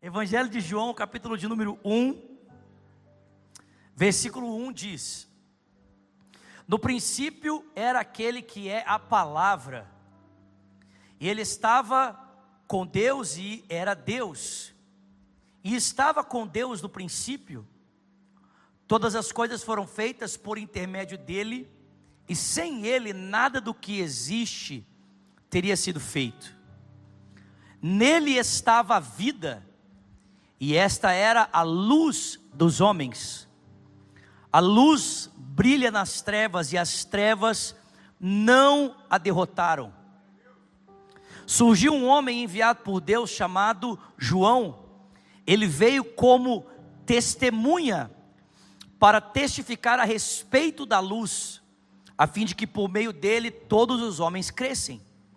Evangelho de João, capítulo de número 1, versículo 1 diz: no princípio era aquele que é a palavra, e ele estava com Deus e era Deus, e estava com Deus no princípio. Todas as coisas foram feitas por intermédio dele, e sem ele nada do que existe teria sido feito. Nele estava a vida, e esta era a luz dos homens. A luz brilha nas trevas, e as trevas não a derrotaram. Surgiu um homem enviado por Deus chamado João. Ele veio como testemunha para testificar a respeito da luz, a fim de que por meio dele todos os homens crescem.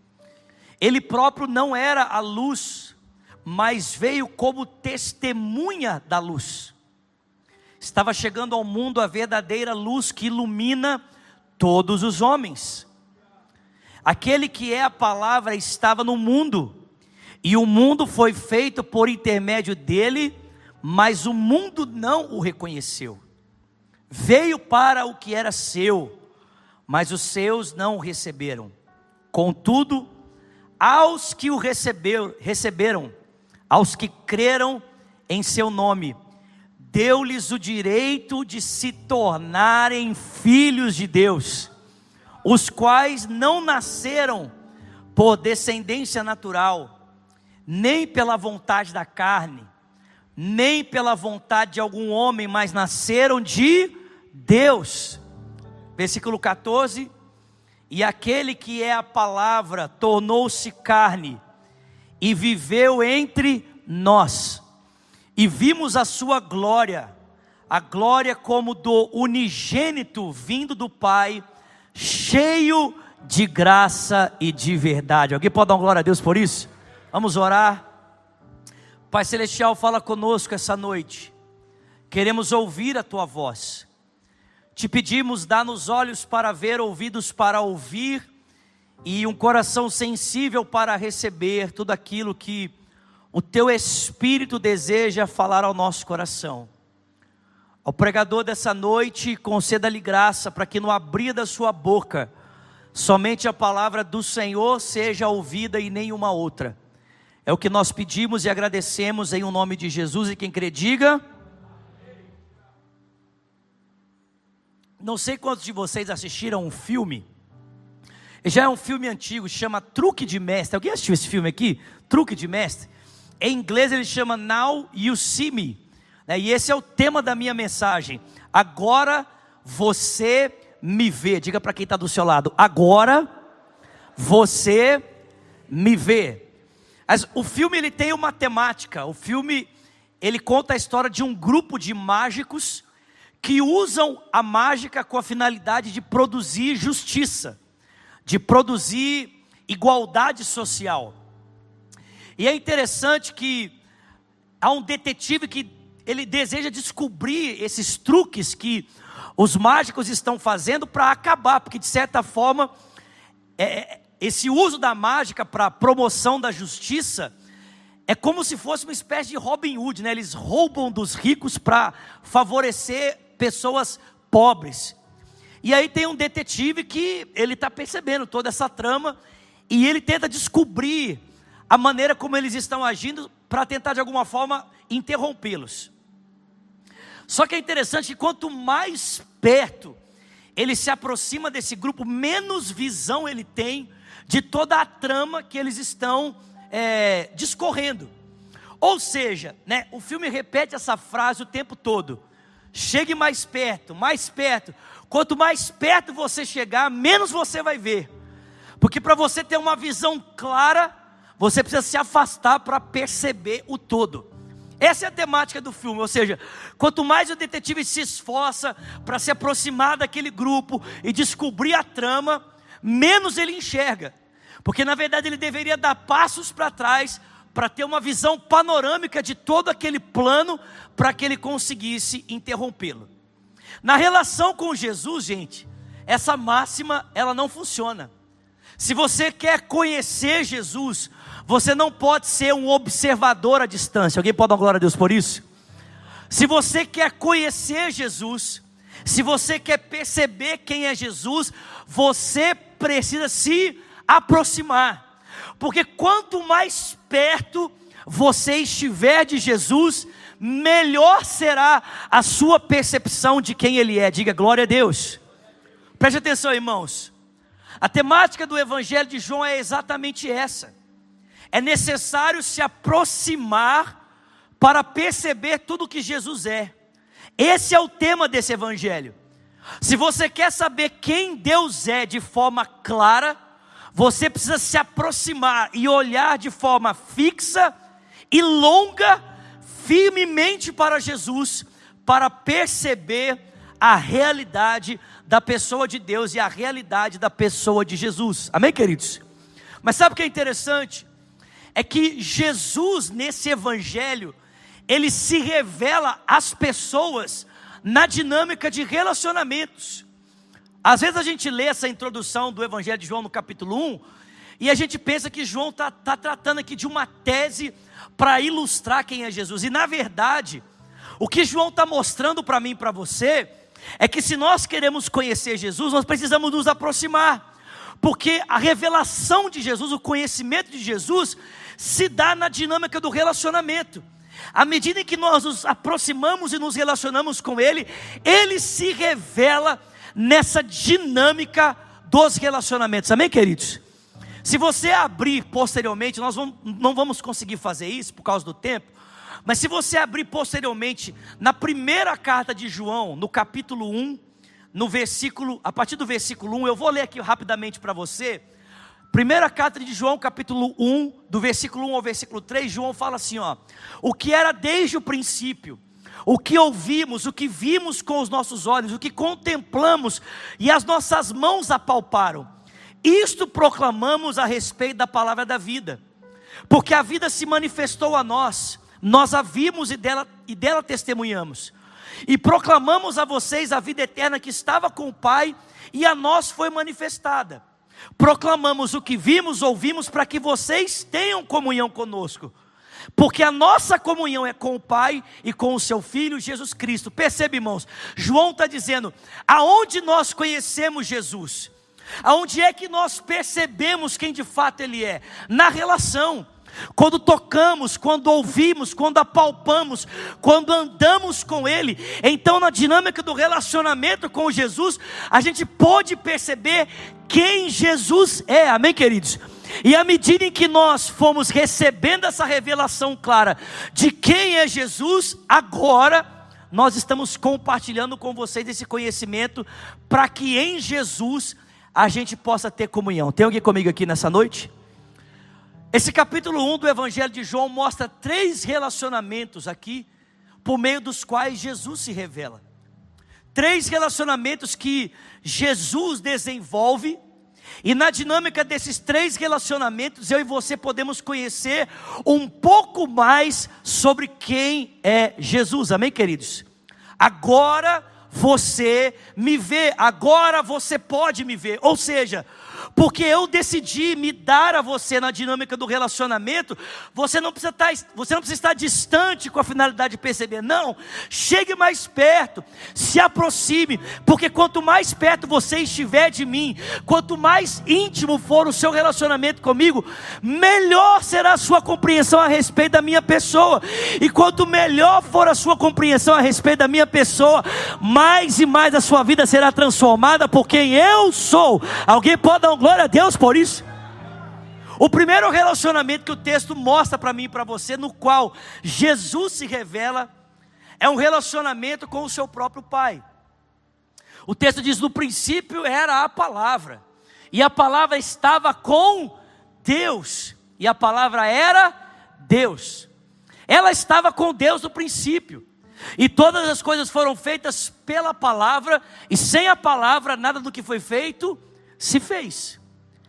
Ele próprio não era a luz, mas veio como testemunha da luz. Estava chegando ao mundo a verdadeira luz que ilumina todos os homens. Aquele que é a palavra estava no mundo, e o mundo foi feito por intermédio dele, mas o mundo não o reconheceu. Veio para o que era seu, mas os seus não o receberam. Contudo, aos que o receberam, aos que creram em seu nome, deu-lhes o direito de se tornarem filhos de Deus, os quais não nasceram por descendência natural, nem pela vontade da carne, nem pela vontade de algum homem, mas nasceram de Deus. Versículo 14: e aquele que é a palavra tornou-se carne, e viveu entre nós, e vimos a sua glória, a glória como do unigênito vindo do Pai, cheio de graça e de verdade. Alguém pode dar uma glória a Deus por isso? Vamos orar. Pai Celestial, fala conosco essa noite, queremos ouvir a Tua voz. Te pedimos, dá-nos olhos para ver, ouvidos para ouvir, e um coração sensível para receber tudo aquilo que o Teu Espírito deseja falar ao nosso coração. Ao pregador dessa noite, conceda-lhe graça para que no abrir da sua boca, somente a palavra do Senhor seja ouvida e nenhuma outra. É o que nós pedimos e agradecemos em o nome de Jesus, e quem crê diga. Não sei quantos de vocês assistiram um filme, já é um filme antigo, chama Truque de Mestre. Alguém assistiu esse filme aqui? Truque de Mestre. Em inglês ele chama Now You See Me, e esse é o tema da minha mensagem. Agora você me vê. Diga para quem está do seu lado: agora você me vê. Mas o filme ele tem uma temática. O filme ele conta a história de um grupo de mágicos que usam a mágica com a finalidade de produzir justiça, de produzir igualdade social. E é interessante que há um detetive que ele deseja descobrir esses truques que os mágicos estão fazendo para acabar, porque de certa forma esse uso da mágica para promoção da justiça é como se fosse uma espécie de Robin Hood, né? Eles roubam dos ricos para favorecer pessoas pobres. E aí tem um detetive que ele está percebendo toda essa trama, e ele tenta descobrir a maneira como eles estão agindo para tentar de alguma forma interrompê-los. Só que é interessante que quanto mais perto ele se aproxima desse grupo, menos visão ele tem de toda a trama que eles estão discorrendo. Ou seja, né, o filme repete essa frase o tempo todo: chegue mais perto, mais perto. Quanto mais perto você chegar, menos você vai ver, porque para você ter uma visão clara, você precisa se afastar para perceber o todo. Essa é a temática do filme. Ou seja, quanto mais o detetive se esforça para se aproximar daquele grupo e descobrir a trama, menos ele enxerga, porque na verdade ele deveria dar passos para trás para ter uma visão panorâmica de todo aquele plano, para que ele conseguisse interrompê-lo. Na relação com Jesus, gente, essa máxima ela não funciona. Se você quer conhecer Jesus, Você não pode ser um observador à distância. Alguém pode dar glória a Deus por isso? Se você quer conhecer Jesus, se você quer perceber quem é Jesus, você precisa se aproximar. Porque quanto mais perto você estiver de Jesus, melhor será a sua percepção de quem Ele é. Diga glória a Deus. Preste atenção, irmãos. A temática do Evangelho de João é exatamente essa. É necessário se aproximar para perceber tudo o que Jesus é. Esse é o tema desse Evangelho. Se você quer saber quem Deus é de forma clara, você precisa se aproximar e olhar de forma fixa e longa, firmemente para Jesus, para perceber a realidade da pessoa de Deus e a realidade da pessoa de Jesus. Amém, queridos? Mas sabe o que é interessante? É que Jesus, nesse Evangelho, Ele se revela às pessoas na dinâmica de relacionamentos. Às vezes a gente lê essa introdução do Evangelho de João no capítulo 1, e a gente pensa que João está tratando aqui de uma tese para ilustrar quem é Jesus. E na verdade, o que João está mostrando para mim e para você, é que se nós queremos conhecer Jesus, nós precisamos nos aproximar. Porque a revelação de Jesus, o conhecimento de Jesus, se dá na dinâmica do relacionamento. À medida em que nós nos aproximamos e nos relacionamos com Ele, Ele se revela nessa dinâmica dos relacionamentos. Amém, queridos? Se você abrir posteriormente, nós não vamos conseguir fazer isso por causa do tempo, mas se você abrir posteriormente na primeira carta de João, no capítulo 1, a partir do versículo 1, eu vou ler aqui rapidamente para você. Primeira carta de João, capítulo 1, do versículo 1 ao versículo 3, João fala assim, ó: o que era desde o princípio, o que ouvimos, o que vimos com os nossos olhos, o que contemplamos e as nossas mãos apalparam, isto proclamamos a respeito da palavra da vida, porque a vida se manifestou a nós, nós a vimos e dela testemunhamos, e proclamamos a vocês a vida eterna que estava com o Pai e a nós foi manifestada. Proclamamos o que vimos, ouvimos, para que vocês tenham comunhão conosco, porque a nossa comunhão é com o Pai e com o seu Filho Jesus Cristo. Percebe, irmãos, João está dizendo, aonde nós conhecemos Jesus, aonde é que nós percebemos quem de fato Ele é? Na relação. Quando tocamos, quando ouvimos, quando apalpamos, quando andamos com Ele, então na dinâmica do relacionamento com Jesus, a gente pode perceber quem Jesus é. Amém, queridos? E à medida em que nós fomos recebendo essa revelação clara de quem é Jesus, agora nós estamos compartilhando com vocês esse conhecimento, para que em Jesus a gente possa ter comunhão. Tem alguém comigo aqui nessa noite? Esse capítulo 1 do Evangelho de João mostra 3 relacionamentos aqui, por meio dos quais Jesus se revela. 3 relacionamentos que Jesus desenvolve, e na dinâmica desses 3 relacionamentos, eu e você podemos conhecer um pouco mais sobre quem é Jesus. Amém, queridos? Agora você me vê, agora você pode me ver, ou seja, porque eu decidi me dar a você na dinâmica do relacionamento, você não precisa estar distante com a finalidade de perceber, não, chegue mais perto, se aproxime, porque quanto mais perto você estiver de mim, quanto mais íntimo for o seu relacionamento comigo, melhor será a sua compreensão a respeito da minha pessoa, e quanto melhor for a sua compreensão a respeito da minha pessoa, mais e mais a sua vida será transformada por quem eu sou. Alguém pode dar glória a Deus por isso? O primeiro relacionamento que o texto mostra para mim e para você, no qual Jesus se revela, é um relacionamento com o seu próprio Pai. O texto diz, no princípio era a palavra, e a palavra estava com Deus, e a palavra era Deus. Ela estava com Deus no princípio, e todas as coisas foram feitas pela palavra, e sem a palavra nada do que foi feito se fez.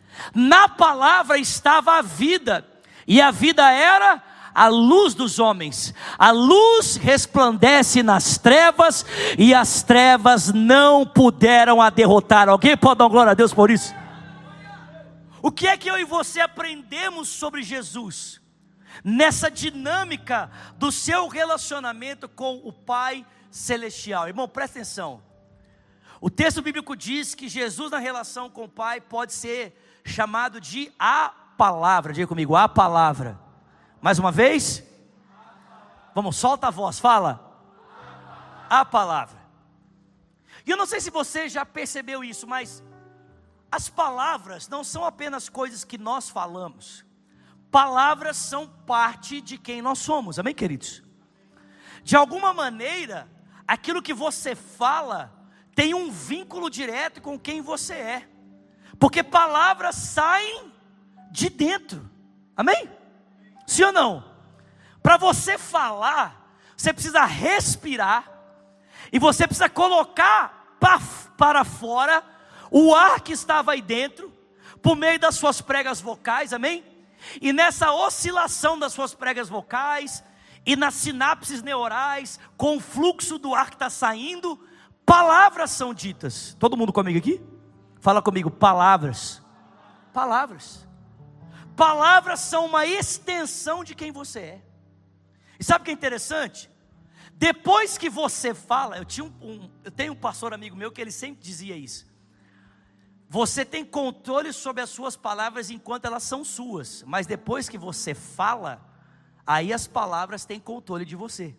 Na palavra estava a vida, e a vida era a luz dos homens. A luz resplandece nas trevas, e as trevas não puderam a derrotar. Alguém pode dar glória a Deus por isso? O que é que eu e você aprendemos sobre Jesus? Nessa dinâmica do seu relacionamento com o Pai Celestial. Irmão, presta atenção. O texto bíblico diz que Jesus na relação com o Pai pode ser chamado de a palavra. Diga comigo, a palavra. Mais uma vez. Vamos, solta a voz, fala. A palavra. E eu não sei se você já percebeu isso, mas as palavras não são apenas coisas que nós falamos. Palavras são parte de quem nós somos, amém, queridos? De alguma maneira, aquilo que você fala tem um vínculo direto com quem você é, porque palavras saem de dentro, amém? Sim ou não? Para você falar, você precisa respirar, e você precisa colocar para fora o ar que estava aí dentro, por meio das suas pregas vocais, amém? E nessa oscilação das suas pregas vocais, e nas sinapses neurais, com o fluxo do ar que está saindo, palavras são ditas. Todo mundo comigo aqui? Fala comigo, palavras. Palavras. Palavras são uma extensão de quem você é. E sabe o que é interessante? Depois que você fala, eu tenho um pastor amigo meu que ele sempre dizia isso. Você tem controle sobre as suas palavras enquanto elas são suas, mas depois que você fala, aí as palavras têm controle de você.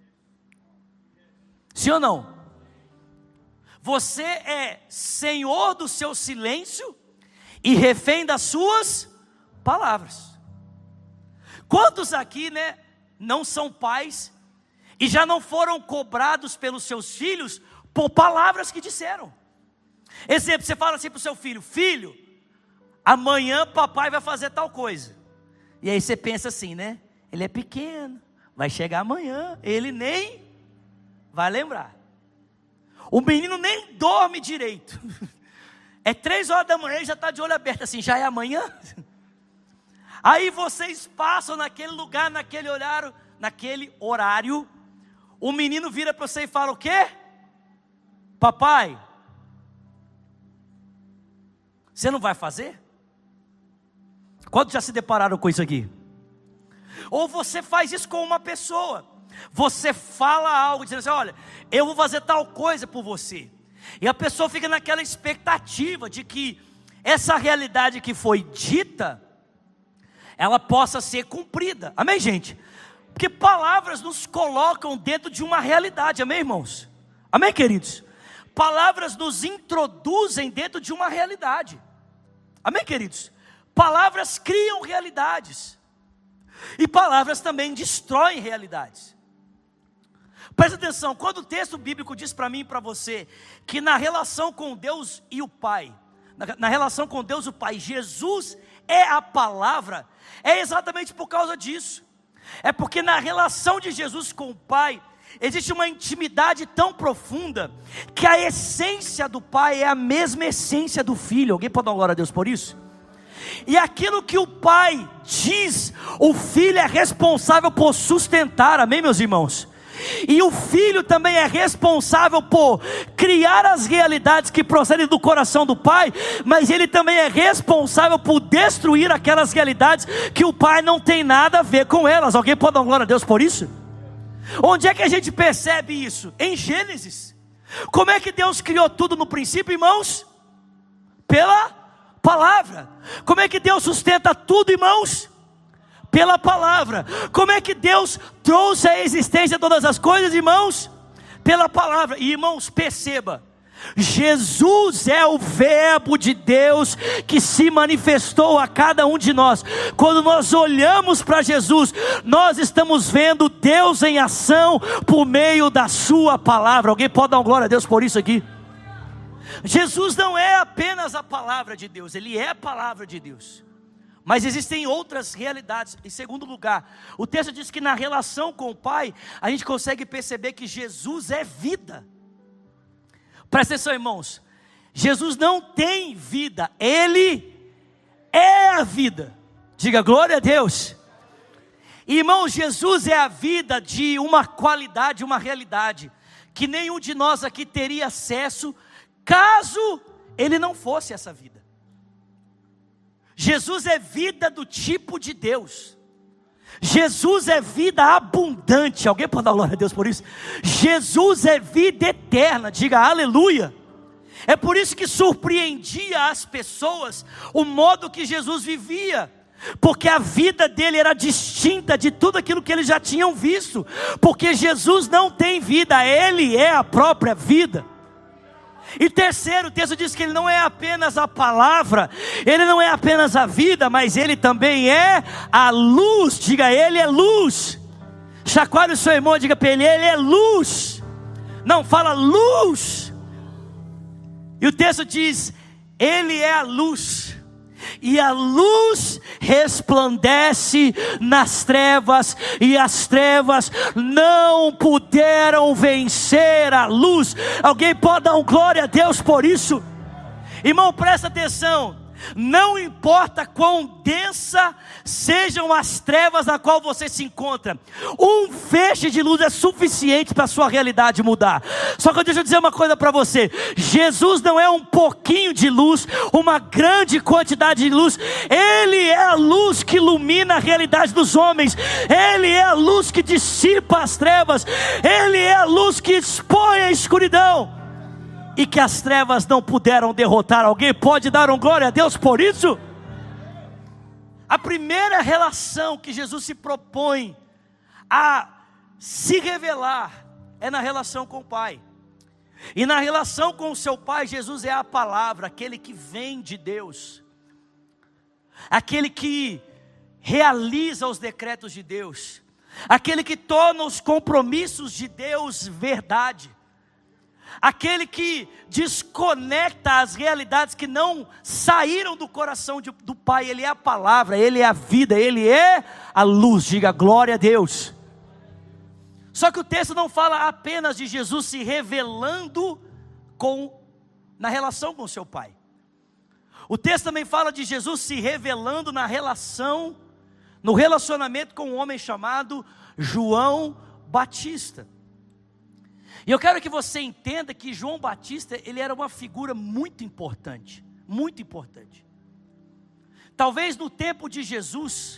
Sim ou não? Você é senhor do seu silêncio e refém das suas palavras. Quantos aqui, não são pais e já não foram cobrados pelos seus filhos por palavras que disseram? Exemplo, você fala assim para o seu filho: filho, amanhã papai vai fazer tal coisa. E aí você pensa assim, ele é pequeno, vai chegar amanhã, ele nem vai lembrar. O menino nem dorme direito. É 3 horas da manhã e já está de olho aberto assim, já é amanhã? Aí vocês passam naquele lugar, naquele horário, o menino vira para você e fala o quê? Papai, você não vai fazer? Quantos já se depararam com isso aqui? Ou você faz isso com uma pessoa, você fala algo dizendo assim: olha, eu vou fazer tal coisa por você, e a pessoa fica naquela expectativa de que essa realidade que foi dita, ela possa ser cumprida, amém, gente? Porque palavras nos colocam dentro de uma realidade, amém, irmãos? Amém, queridos? Palavras nos introduzem dentro de uma realidade, amém, queridos? Palavras criam realidades, e palavras também destroem realidades. Presta atenção, quando o texto bíblico diz para mim e para você, que na relação com Deus e o Pai, na relação com Deus e o Pai, Jesus é a palavra, é exatamente por causa disso. É porque na relação de Jesus com o Pai, existe uma intimidade tão profunda, que a essência do Pai é a mesma essência do Filho. Alguém pode dar uma glória a Deus por isso? E aquilo que o Pai diz, o Filho é responsável por sustentar, amém, meus irmãos? E o Filho também é responsável por criar as realidades que procedem do coração do Pai, mas Ele também é responsável por destruir aquelas realidades que o Pai não tem nada a ver com elas. Alguém pode dar uma glória a Deus por isso? Onde é que a gente percebe isso? Em Gênesis. Como é que Deus criou tudo no princípio, irmãos? Pela palavra. Como é que Deus sustenta tudo, irmãos? Pela palavra. Como é que Deus trouxe à existência todas as coisas, irmãos? Pela palavra. E irmãos, perceba, Jesus é o verbo de Deus que se manifestou a cada um de nós. Quando nós olhamos para Jesus, nós estamos vendo Deus em ação por meio da sua palavra. Alguém pode dar uma glória a Deus por isso aqui? Jesus não é apenas a palavra de Deus, Ele é a palavra de Deus. Mas existem outras realidades. Em segundo lugar, o texto diz que na relação com o Pai, a gente consegue perceber que Jesus é vida. Presta atenção, irmãos, Jesus não tem vida, Ele é a vida. Diga glória a Deus. Irmão, Jesus é a vida de uma qualidade, uma realidade, que nenhum de nós aqui teria acesso, caso Ele não fosse essa vida. Jesus é vida do tipo de Deus. Jesus é vida abundante. Alguém pode dar glória a Deus por isso? Jesus é vida eterna. Diga aleluia. É por isso que surpreendia as pessoas o modo que Jesus vivia, porque a vida dele era distinta de tudo aquilo que eles já tinham visto, porque Jesus não tem vida, ele é a própria vida. E terceiro, o texto diz que ele não é apenas a palavra, ele não é apenas a vida, mas ele também é a luz. Diga, ele é luz. Chacoalhe o seu irmão, diga para ele é luz. Não, fala luz. E o texto diz, ele é a luz, e a luz resplandece nas trevas, e as trevas não puderam vencer a luz. Alguém pode dar um glória a Deus por isso? Irmão, presta atenção. Não importa quão densa sejam as trevas na qual você se encontra, um feixe de luz é suficiente para a sua realidade mudar. Só que deixa eu dizer uma coisa para você: Jesus não é um pouquinho de luz, uma grande quantidade de luz. Ele é a luz que ilumina a realidade dos homens. Ele é a luz que dissipa as trevas. Ele é a luz que expõe a escuridão, e que as trevas não puderam derrotar. Alguém pode dar um glória a Deus por isso? A primeira relação que Jesus se propõe a se revelar é na relação com o Pai. E na relação com o seu Pai, Jesus é a palavra, aquele que vem de Deus, aquele que realiza os decretos de Deus, aquele que torna os compromissos de Deus verdade, aquele que desconecta as realidades que não saíram do coração do Pai. Ele é a palavra, ele é a vida, ele é a luz. Diga glória a Deus. Só que o texto não fala apenas de Jesus se revelando na relação com o seu Pai. O texto também fala de Jesus se revelando no relacionamento com um homem chamado João Batista. E eu quero que você entenda que João Batista, ele era uma figura muito importante, muito importante. Talvez no tempo de Jesus,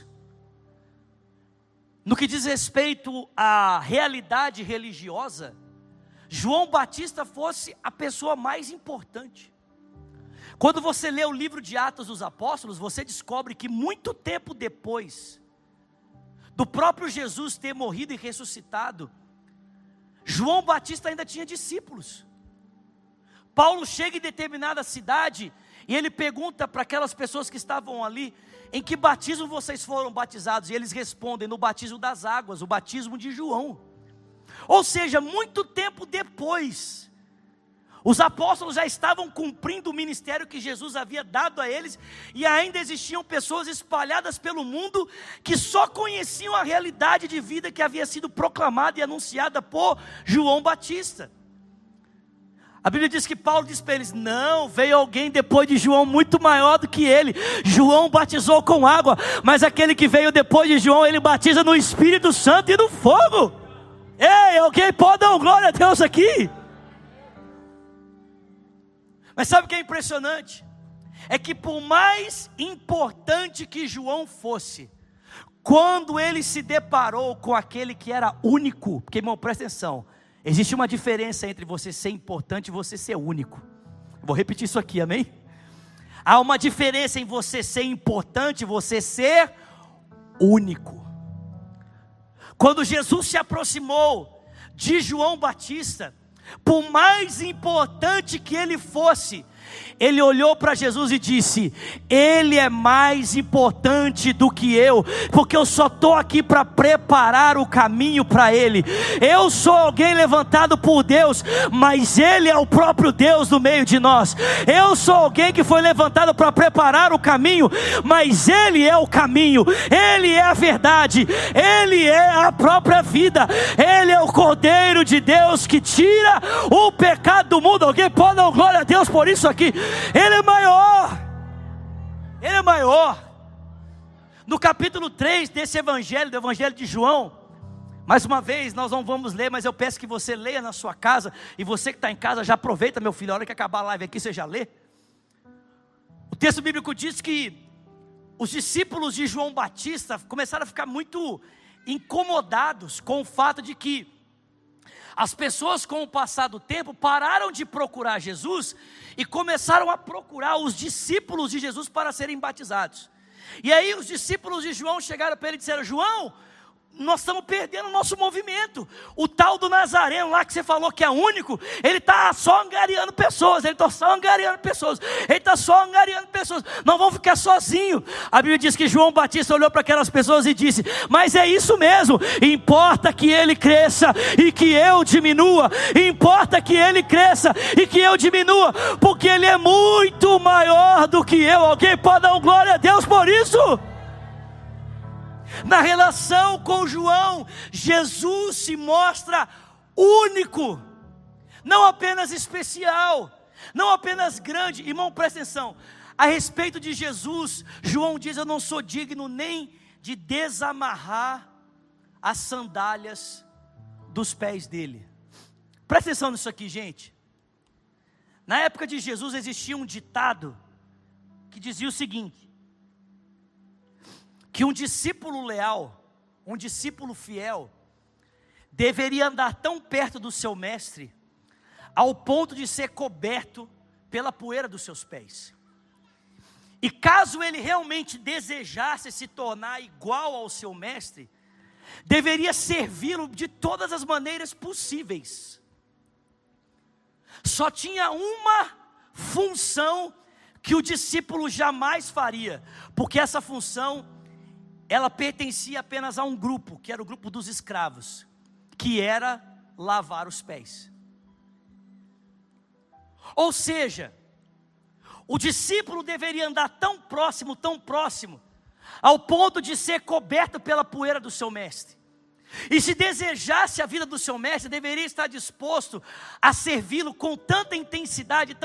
no que diz respeito à realidade religiosa, João Batista fosse a pessoa mais importante. Quando você lê o livro de Atos dos Apóstolos, você descobre que muito tempo depois do próprio Jesus ter morrido e ressuscitado, João Batista ainda tinha discípulos. Paulo chega em determinada cidade e ele pergunta para aquelas pessoas que estavam ali: em que batismo vocês foram batizados? E eles respondem: no batismo das águas, o batismo de João. Ou seja, muito tempo depois, os apóstolos já estavam cumprindo o ministério que Jesus havia dado a eles, e ainda existiam pessoas espalhadas pelo mundo que só conheciam a realidade de vida que havia sido proclamada e anunciada por João Batista. A Bíblia diz que Paulo diz para eles: não, veio alguém depois de João muito maior do que ele. João batizou com água, mas aquele que veio depois de João, ele batiza no Espírito Santo e no fogo. Ei, alguém pode dar glória a Deus aqui? Mas sabe o que é impressionante? É que por mais importante que João fosse, quando ele se deparou com aquele que era único, porque irmão, presta atenção, existe uma diferença entre você ser importante e você ser único. Vou repetir isso aqui, amém? Há uma diferença em você ser importante e você ser único. Quando Jesus se aproximou de João Batista, por mais importante que ele fosse, ele olhou para Jesus e disse: ele é mais importante do que eu, porque eu só estou aqui para preparar o caminho para ele. Eu sou alguém levantado por Deus, mas ele é o próprio Deus no meio de nós. Eu sou alguém que foi levantado para preparar o caminho, mas ele é o caminho, ele é a verdade, ele é a própria vida. Ele é o Cordeiro de Deus que tira o pecado do mundo. Alguém pode dar glória a Deus por isso aqui? Ele é maior. Ele é maior. No capítulo 3 desse evangelho, do evangelho de João, mais uma vez nós não vamos ler, mas eu peço que você leia na sua casa. E você que está em casa, já aproveita, meu filho, a hora que acabar a live aqui, você já lê. O texto bíblico diz que os discípulos de João Batista começaram a ficar muito incomodados com o fato de que as pessoas, com o passar do tempo, pararam de procurar Jesus e começaram a procurar os discípulos de Jesus para serem batizados. E aí os discípulos de João chegaram para ele e disseram: João, nós estamos perdendo o nosso movimento. O tal do Nazareno lá que você falou que é único, ele está só angariando pessoas, ele está só angariando pessoas, não vão ficar sozinhos. A Bíblia diz que João Batista olhou para aquelas pessoas e disse: mas é isso mesmo, importa que ele cresça e que eu diminua, porque ele é muito maior do que eu. Alguém pode dar glória a Deus por isso? Na relação com João, Jesus se mostra único, não apenas especial, não apenas grande. Irmão, presta atenção, a respeito de Jesus, João diz: eu não sou digno nem de desamarrar as sandálias dos pés dele. Presta atenção nisso aqui, gente. Na época de Jesus existia um ditado que dizia o seguinte: que um discípulo leal, um discípulo fiel, deveria andar tão perto do seu mestre, ao ponto de ser coberto pela poeira dos seus pés. E caso ele realmente desejasse se tornar igual ao seu mestre, deveria servi-lo de todas as maneiras possíveis. Só tinha uma função que o discípulo jamais faria, porque essa função, ela pertencia apenas a um grupo, que era o grupo dos escravos, que era lavar os pés. Ou seja, o discípulo deveria andar tão próximo, ao ponto de ser coberto pela poeira do seu mestre. E se desejasse a vida do seu mestre, deveria estar disposto a servi-lo com tanta intensidade,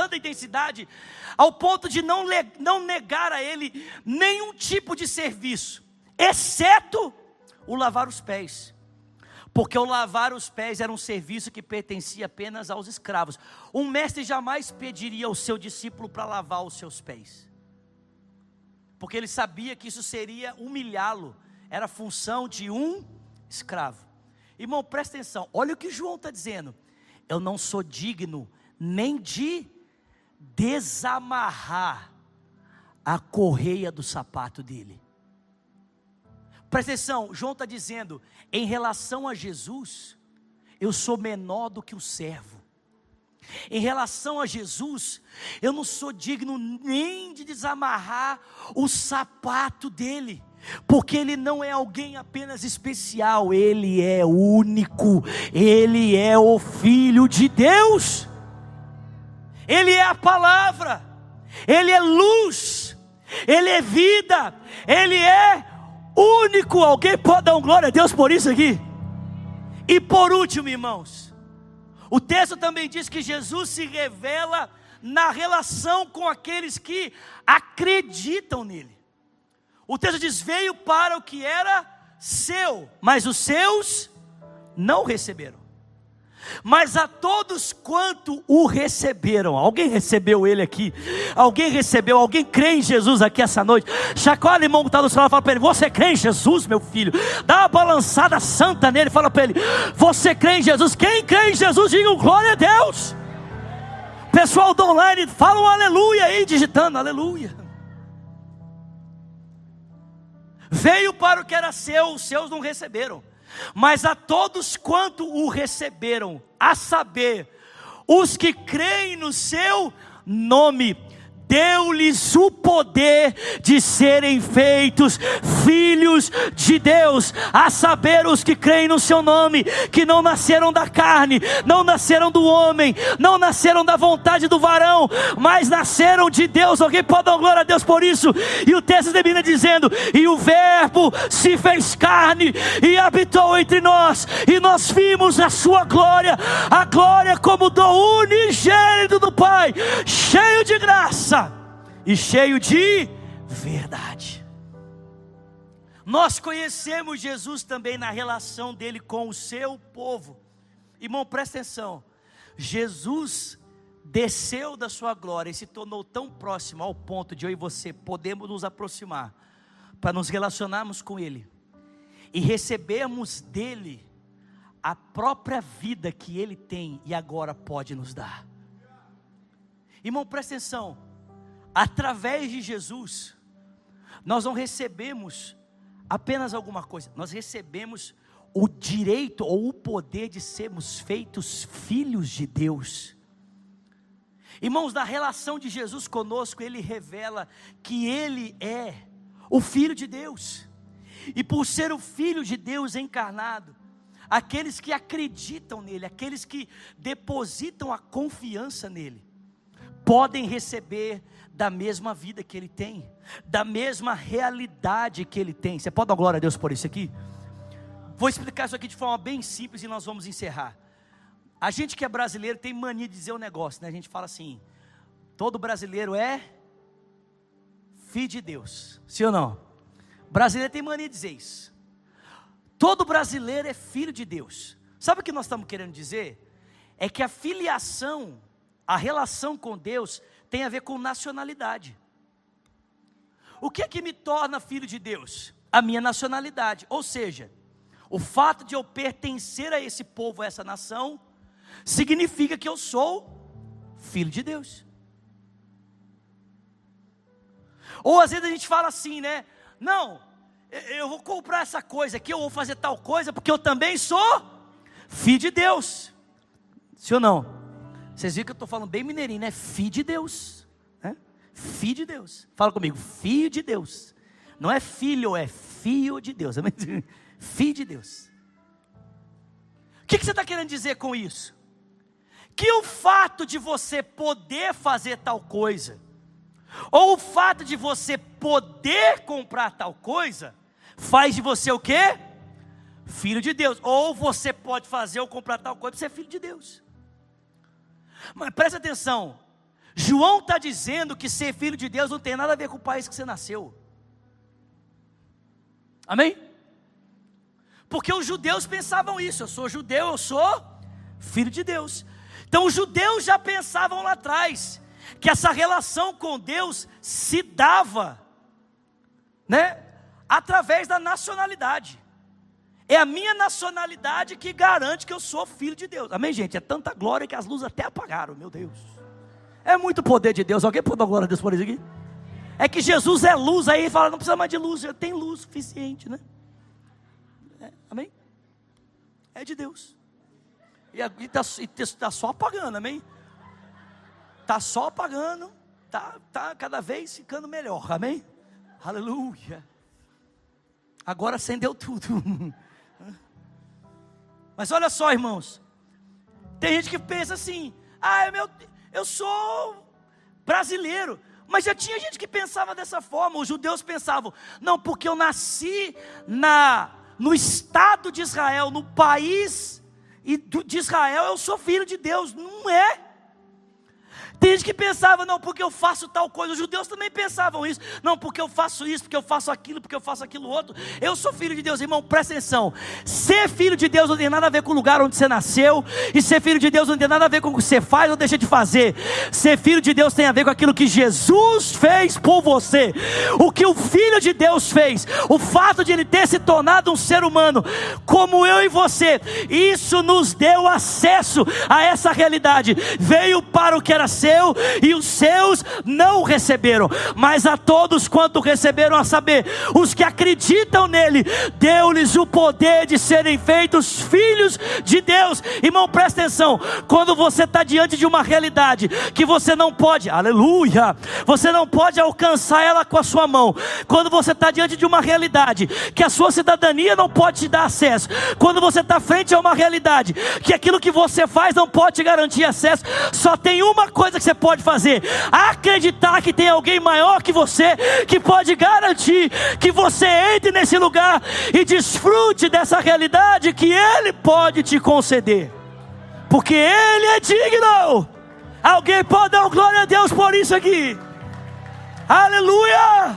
ao ponto de não negar a ele nenhum tipo de serviço, exceto o lavar os pés, porque o lavar os pés era um serviço que pertencia apenas aos escravos. Um mestre jamais pediria ao seu discípulo para lavar os seus pés, porque ele sabia que isso seria humilhá-lo, era função de um escravo. Irmão, presta atenção, olha o que João está dizendo: eu não sou digno nem de desamarrar a correia do sapato dele. Presta atenção, João está dizendo: em relação a Jesus, eu sou menor do que o servo. Em relação a Jesus, eu não sou digno nem de desamarrar o sapato dele, porque ele não é alguém apenas especial, ele é único, ele é o Filho de Deus, ele é a palavra, ele é luz, ele é vida, ele é único. Alguém pode dar glória a Deus por isso aqui? E por último, irmãos, o texto também diz que Jesus se revela na relação com aqueles que acreditam nele. O texto diz: veio para o que era seu, mas os seus não receberam. Mas a todos quanto o receberam. Alguém recebeu ele aqui? Alguém crê em Jesus aqui essa noite? Chacoalha o irmão que está do celular e fala para ele: você crê em Jesus, meu filho? Dá uma balançada santa nele, fala para ele: você crê em Jesus? Quem crê em Jesus, diga glória a Deus. Pessoal do online, fala um aleluia aí, digitando aleluia. Veio para o que era seu, os seus não receberam. Mas a todos quanto o receberam, a saber, os que creem no seu nome, deu-lhes o poder de serem feitos filhos de Deus, a saber, os que creem no seu nome, que não nasceram da carne, não nasceram do homem, não nasceram da vontade do varão, mas nasceram de Deus. Alguém pode dar glória a Deus por isso? E o texto termina dizendo: e o verbo se fez carne e habitou entre nós, e nós vimos a sua glória, a glória como do unigênito do Pai, cheio de graça e cheio de verdade. Nós conhecemos Jesus também na relação dele com o seu povo. Irmão, presta atenção, Jesus desceu da sua glória e se tornou tão próximo ao ponto de eu e você podemos nos aproximar, para nos relacionarmos com Ele e recebermos dEle a própria vida que Ele tem e agora pode nos dar. Irmão, presta atenção, através de Jesus, nós não recebemos apenas alguma coisa, nós recebemos o direito ou o poder de sermos feitos filhos de Deus. Irmãos, na relação de Jesus conosco, Ele revela que Ele é o Filho de Deus, e por ser o Filho de Deus encarnado, aqueles que acreditam nele, aqueles que depositam a confiança nele, podem receber da mesma vida que Ele tem, da mesma realidade que Ele tem. Você pode dar glória a Deus por isso aqui? Vou explicar isso aqui de forma bem simples e nós vamos encerrar. A gente que é brasileiro tem mania de dizer um negócio, né? A gente fala assim, todo brasileiro é filho de Deus, sim ou não? Brasileiro tem mania de dizer isso. Todo brasileiro é filho de Deus. Sabe o que nós estamos querendo dizer? É que a filiação, a relação com Deus tem a ver com nacionalidade. O que é que me torna filho de Deus? A minha nacionalidade, ou seja, o fato de eu pertencer a esse povo, a essa nação, significa que eu sou filho de Deus. Ou às vezes a gente fala assim, né? Não, eu vou comprar essa coisa aqui, eu vou fazer tal coisa, porque eu também sou filho de Deus. Sim ou não? Vocês viram que eu estou falando bem mineirinho, né? Filho de Deus, né? Filho de Deus. Fala comigo, filho de Deus. Não é filho, é filho de Deus. Filho de Deus. O que você está querendo dizer com isso? Que o fato de você poder fazer tal coisa, ou o fato de você poder comprar tal coisa, faz de você o quê? Filho de Deus. Ou você pode fazer ou comprar tal coisa para ser filho de Deus. Mas presta atenção, João está dizendo que ser filho de Deus não tem nada a ver com o país que você nasceu. Amém? Porque os judeus pensavam isso, eu sou judeu, eu sou filho de Deus. Então os judeus já pensavam lá atrás, que essa relação com Deus se dava, né, através da nacionalidade. É a minha nacionalidade que garante que eu sou filho de Deus. Amém, gente? É tanta glória que as luzes até apagaram, meu Deus. É muito poder de Deus. Alguém pode dar glória a Deus por isso aqui? É que Jesus é luz, aí fala, não precisa mais de luz, já tem luz suficiente, né? Amém? É de Deus. E está só apagando, amém? Está só apagando, está cada vez ficando melhor, amém? Aleluia. Agora acendeu tudo. Mas olha só, irmãos, tem gente que pensa assim, eu sou brasileiro, mas já tinha gente que pensava dessa forma. Os judeus pensavam, não, porque eu nasci no estado de Israel, no país de Israel, eu sou filho de Deus. Não é. Tem gente que pensava, não, porque eu faço tal coisa. Os judeus também pensavam isso. Não, porque eu faço isso, porque eu faço aquilo outro. Eu sou filho de Deus. Irmão, presta atenção. Ser filho de Deus não tem nada a ver com o lugar onde você nasceu. E ser filho de Deus não tem nada a ver com o que você faz ou deixa de fazer. Ser filho de Deus tem a ver com aquilo que Jesus fez por você. O que o Filho de Deus fez. O fato de Ele ter se tornado um ser humano como eu e você. Isso nos deu acesso a essa realidade. Veio para o que era seu e os seus não receberam, mas a todos quanto receberam, a saber, os que acreditam nele, deu-lhes o poder de serem feitos filhos de Deus. Irmão, presta atenção, quando você está diante de uma realidade que você não pode, aleluia, você não pode alcançar ela com a sua mão, quando você está diante de uma realidade que a sua cidadania não pode te dar acesso, quando você está frente a uma realidade que aquilo que você faz não pode te garantir acesso, só tem uma coisa que você pode fazer: acreditar que tem alguém maior que você, que pode garantir que você entre nesse lugar e desfrute dessa realidade que Ele pode te conceder, porque Ele é digno. Alguém pode dar glória a Deus por isso aqui? Aleluia!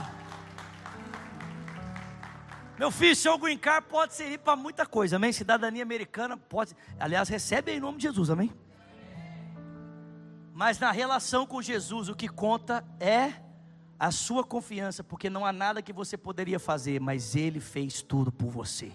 Meu filho, seu green card pode servir para muita coisa, amém? Cidadania americana pode, aliás, recebe em nome de Jesus, amém? Mas na relação com Jesus, o que conta é a sua confiança, porque não há nada que você poderia fazer, mas Ele fez tudo por você.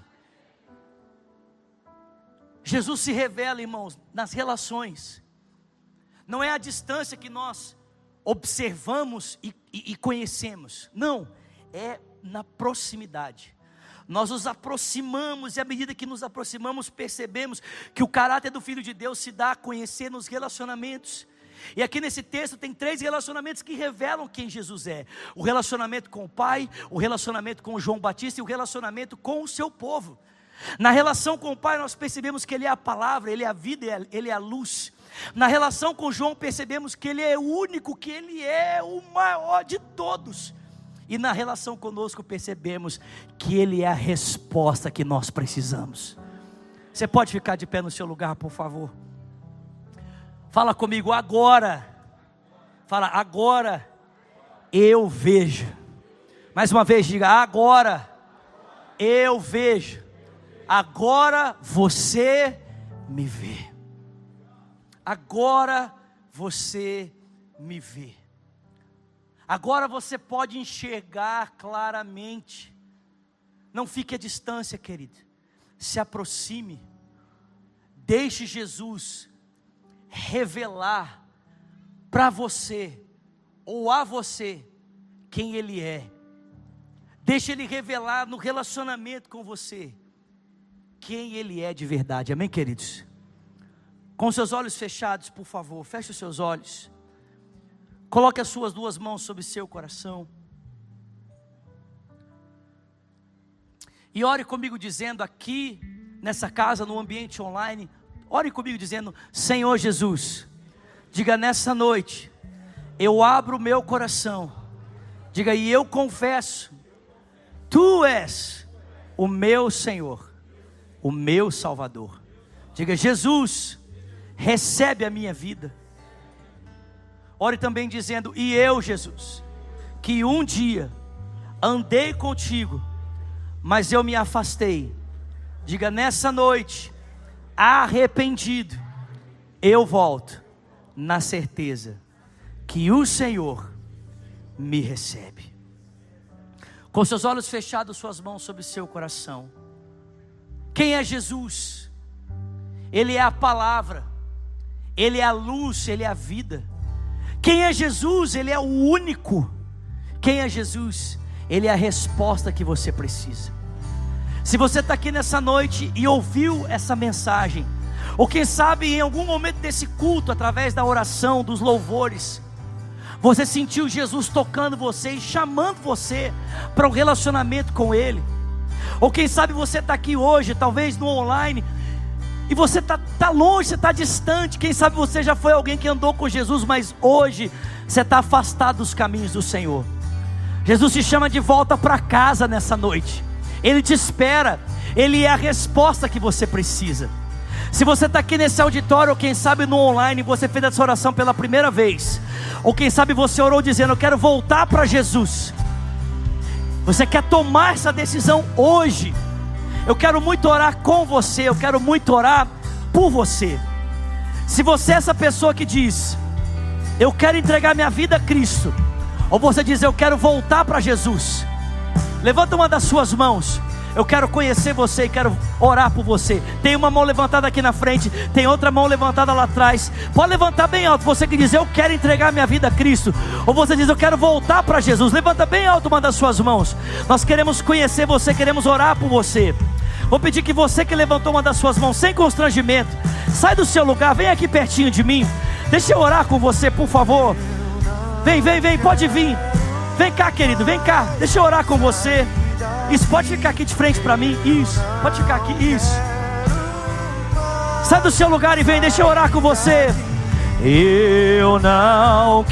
Jesus se revela, irmãos, nas relações. Não é a distância que nós observamos e conhecemos. Não, é na proximidade. Nós nos aproximamos, e à medida que nos aproximamos, percebemos que o caráter do Filho de Deus se dá a conhecer nos relacionamentos. E aqui nesse texto tem 3 relacionamentos que revelam quem Jesus é: o relacionamento com o Pai, o relacionamento com João Batista e o relacionamento com o seu povo. Na relação com o Pai nós percebemos que Ele é a palavra, Ele é a vida, Ele é a luz. Na relação com João percebemos que Ele é o único, que Ele é o maior de todos. E na relação conosco percebemos que Ele é a resposta que nós precisamos. Você pode ficar de pé no seu lugar, por favor? Fala comigo agora. Fala, agora eu vejo. Mais uma vez, diga, agora eu vejo. Agora você me vê. Agora você me vê. Agora você pode enxergar claramente. Não fique à distância, querido. Se aproxime. Deixe Jesus revelar para você ou a você quem Ele é. Deixe Ele revelar no relacionamento com você quem Ele é de verdade. Amém, queridos? Com seus olhos fechados, por favor, feche os seus olhos. Coloque as suas 2 mãos sobre seu coração. E ore comigo dizendo aqui, nessa casa, no ambiente online, ore comigo dizendo: Senhor Jesus, diga nessa noite, eu abro o meu coração. Diga, e eu confesso, Tu és o meu Senhor, o meu Salvador. Diga, Jesus, recebe a minha vida. Ore também dizendo: e eu, Jesus, que um dia andei contigo, mas eu me afastei. Diga, nessa noite, arrependido, eu volto, na certeza que o Senhor me recebe. Com seus olhos fechados, suas mãos sobre seu coração. Quem é Jesus? Ele é a palavra, Ele é a luz, Ele é a vida. Quem é Jesus? Ele é o único. Quem é Jesus? Ele é a resposta que você precisa. Se você está aqui nessa noite e ouviu essa mensagem, ou quem sabe em algum momento desse culto, através da oração, dos louvores, você sentiu Jesus tocando você e chamando você para um relacionamento com Ele. Ou quem sabe você está aqui hoje, talvez no online, e você está longe, você está distante. Quem sabe você já foi alguém que andou com Jesus, mas hoje você está afastado dos caminhos do Senhor. Jesus te chama de volta para casa nessa noite. Ele te espera. Ele é a resposta que você precisa. Se você está aqui nesse auditório, ou quem sabe no online, você fez essa oração pela primeira vez, ou quem sabe você orou dizendo: eu quero voltar para Jesus. Você quer tomar essa decisão hoje. Eu quero muito orar com você, eu quero muito orar por você. Se você é essa pessoa que diz: eu quero entregar minha vida a Cristo, ou você diz: eu quero voltar para Jesus, levanta uma das suas mãos. Eu quero conhecer você e quero orar por você. Tem uma mão levantada aqui na frente, tem outra mão levantada lá atrás. Pode levantar bem alto, você que diz: eu quero entregar minha vida a Cristo, ou você diz: eu quero voltar para Jesus. Levanta bem alto uma das suas mãos. Nós queremos conhecer você, queremos orar por você. Vou pedir que você que levantou uma das suas mãos, sem constrangimento, sai do seu lugar, vem aqui pertinho de mim. Deixa eu orar com você, por favor. Vem, pode vir. Vem cá, querido, vem cá. Deixa eu orar com você. Isso, pode ficar aqui de frente para mim. Isso, pode ficar aqui, isso. Sai do seu lugar e vem, deixa eu orar com você. Eu não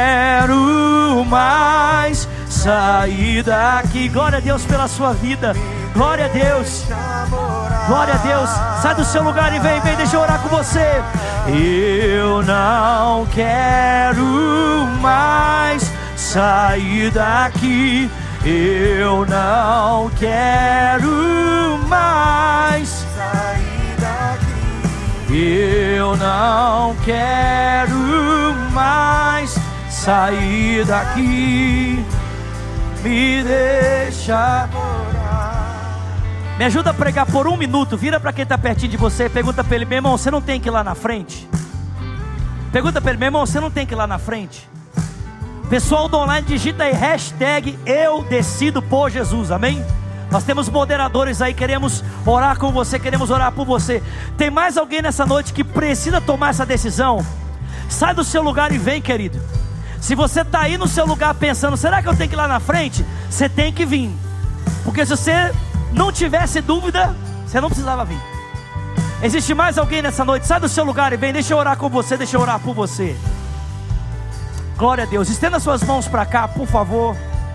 quero mais sair daqui. Glória a Deus pela sua vida. Glória a Deus. Glória a Deus. Sai do seu lugar e vem, deixa eu orar com você. Eu não quero mais sair daqui. Eu não quero mais sair daqui. Eu não quero mais sair daqui, me deixa. Me ajuda a pregar por 1 minuto. Vira para quem está pertinho de você e pergunta para ele: meu irmão, você não tem que ir lá na frente? Pergunta para ele: meu irmão, você não tem que ir lá na frente? Pessoal do online, digita aí hashtag eu decido por Jesus, amém? Nós temos moderadores aí, queremos orar com você, queremos orar por você. Tem mais alguém nessa noite que precisa tomar essa decisão? Sai do seu lugar e vem, querido. Se você está aí no seu lugar pensando: será que eu tenho que ir lá na frente? Você tem que vir, porque se você não tivesse dúvida, você não precisava vir. Existe mais alguém nessa noite? Sai do seu lugar e vem. Deixa eu orar com você, deixa eu orar por você. Glória a Deus. Estenda suas mãos para cá, por favor,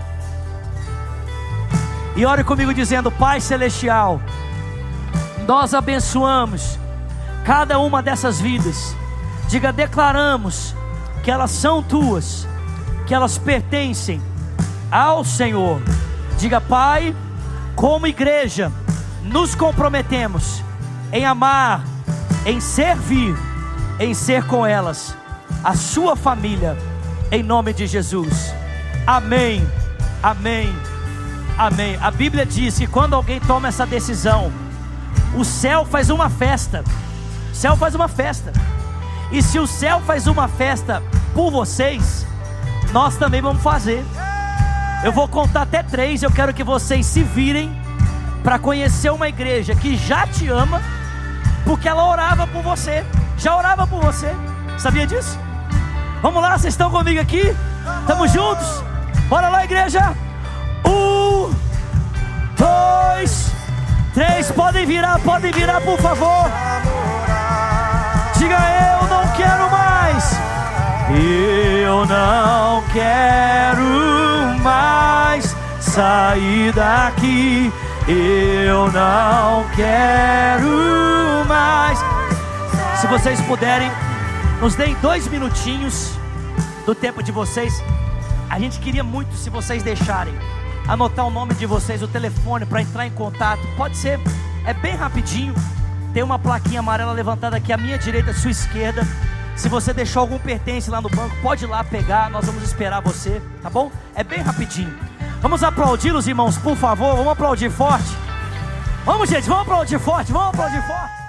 e ore comigo dizendo: Pai Celestial, nós abençoamos cada uma dessas vidas. Diga: declaramos que elas são tuas, que elas pertencem ao Senhor. Diga: Pai, como igreja, nos comprometemos em amar, em servir, em ser com elas a sua família, em nome de Jesus. Amém, amém, amém. A Bíblia diz que quando alguém toma essa decisão, o céu faz uma festa. O céu faz uma festa. E se o céu faz uma festa por vocês, nós também vamos fazer. Eu vou contar até 3. Eu quero que vocês se virem para conhecer uma igreja que já te ama, porque ela orava por você. Já orava por você. Sabia disso? Vamos lá, vocês estão comigo aqui? Estamos juntos? Bora lá, igreja. 1, 2, 3. Podem virar, por favor. Diga: eu não quero mais. Eu não quero mais sair daqui. Eu não quero mais. Se vocês puderem, nos deem 2 minutinhos do tempo de vocês. A gente queria muito, se vocês deixarem, anotar o nome de vocês, o telefone para entrar em contato. Pode ser, é bem rapidinho. Tem uma plaquinha amarela levantada aqui à minha direita, à sua esquerda. Se você deixou algum pertence lá no banco, pode ir lá pegar. Nós vamos esperar você, tá bom? É bem rapidinho. Vamos aplaudi-los, irmãos, por favor. Vamos aplaudir forte. Vamos, gente, vamos aplaudir forte. Vamos aplaudir forte.